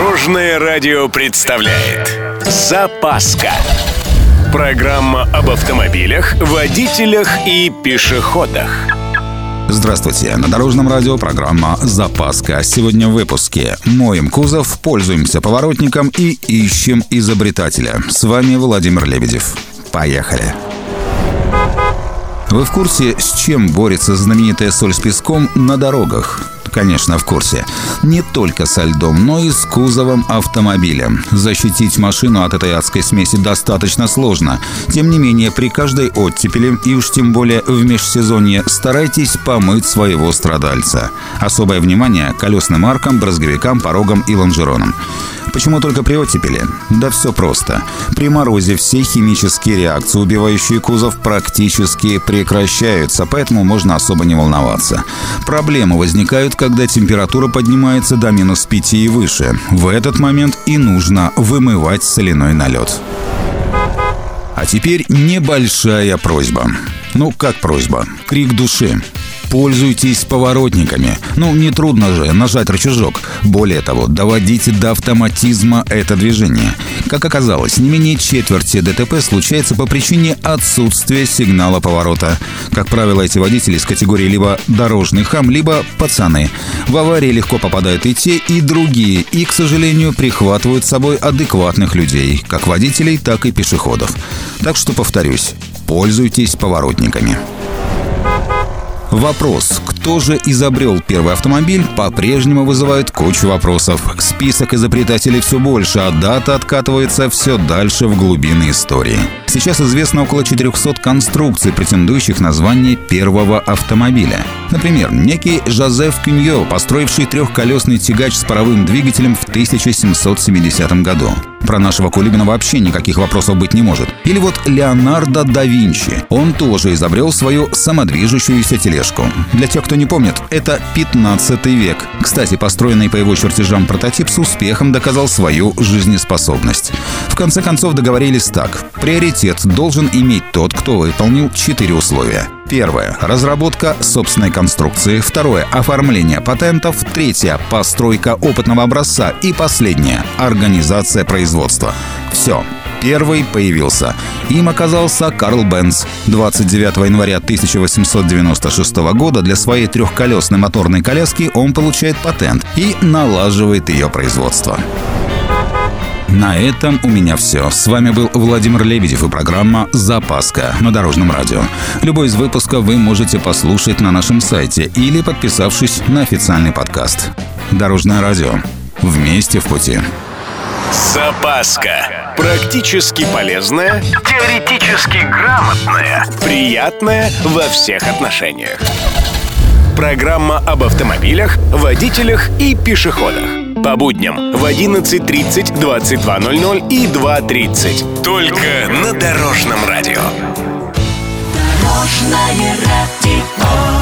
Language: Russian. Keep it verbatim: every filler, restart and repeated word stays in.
Дорожное радио представляет «Запаска». Программа об автомобилях, водителях и пешеходах. Здравствуйте, на Дорожном радио программа «Запаска». Сегодня в выпуске моем кузов, пользуемся поворотником и ищем изобретателя. С вами Владимир Лебедев. Поехали! Вы в курсе, с чем борется знаменитая соль с песком на дорогах? Конечно, в курсе. Не только со льдом, но и с кузовом автомобиля. Защитить машину от этой адской смеси достаточно сложно. Тем не менее, при каждой оттепели, и уж тем более в межсезонье, старайтесь помыть своего страдальца. Особое внимание колесным аркам, брызговикам, порогам и лонжеронам. Почему только при оттепели? Да все просто. При морозе все химические реакции, убивающие кузов, практически прекращаются, поэтому можно особо не волноваться. Проблемы возникают, когда температура поднимается до минус пяти и выше. В этот момент и нужно вымывать соляной налет. А теперь небольшая просьба. Ну, как просьба? Крик души. Пользуйтесь поворотниками. Ну, нетрудно же нажать рычажок. Более того, доводите до автоматизма это движение. Как оказалось, не менее четверти ДТП случается по причине отсутствия сигнала поворота. Как правило, эти водители из категории либо дорожный хам, либо пацаны. В аварии легко попадают и те, и другие, и, к сожалению, прихватывают с собой адекватных людей, как водителей, так и пешеходов. Так что, повторюсь, пользуйтесь поворотниками. Вопрос, кто же изобрел первый автомобиль, по-прежнему вызывает кучу вопросов. Список изобретателей все больше, а дата откатывается все дальше в глубины истории. Сейчас известно около четырехсот конструкций, претендующих на звание первого автомобиля. Например, некий Жозеф Кюньо, построивший трехколесный тягач с паровым двигателем в тысяча семьсот семидесятом году. Про нашего Кулибина вообще никаких вопросов быть не может. Или вот Леонардо да Винчи. Он тоже изобрел свою самодвижущуюся тележку. Для тех, кто не помнит, это пятнадцатый век. Кстати, построенный по его чертежам прототип с успехом доказал свою жизнеспособность. В конце концов договорились так. Приоритет должен иметь тот, кто выполнил четыре условия. Первое – разработка собственной конструкции. Второе – оформление патентов. Третье – постройка опытного образца. И последнее – организация производства. Все. Первый появился. Им оказался Карл Бенц. двадцать девятого января тысяча восемьсот девяносто шестого года для своей трехколесной моторной коляски он получает патент и налаживает ее производство. На этом у меня все. С вами был Владимир Лебедев и программа «Запаска» на Дорожном радио. Любой из выпусков вы можете послушать на нашем сайте или подписавшись на официальный подкаст. Дорожное радио. Вместе в пути. «Запаска». Практически полезная, теоретически грамотная, приятная во всех отношениях. Программа об автомобилях, водителях и пешеходах. По будням в одиннадцать тридцать, двадцать два ноль ноль и два тридцать. Только на Дорожном радио. Дорожное радио.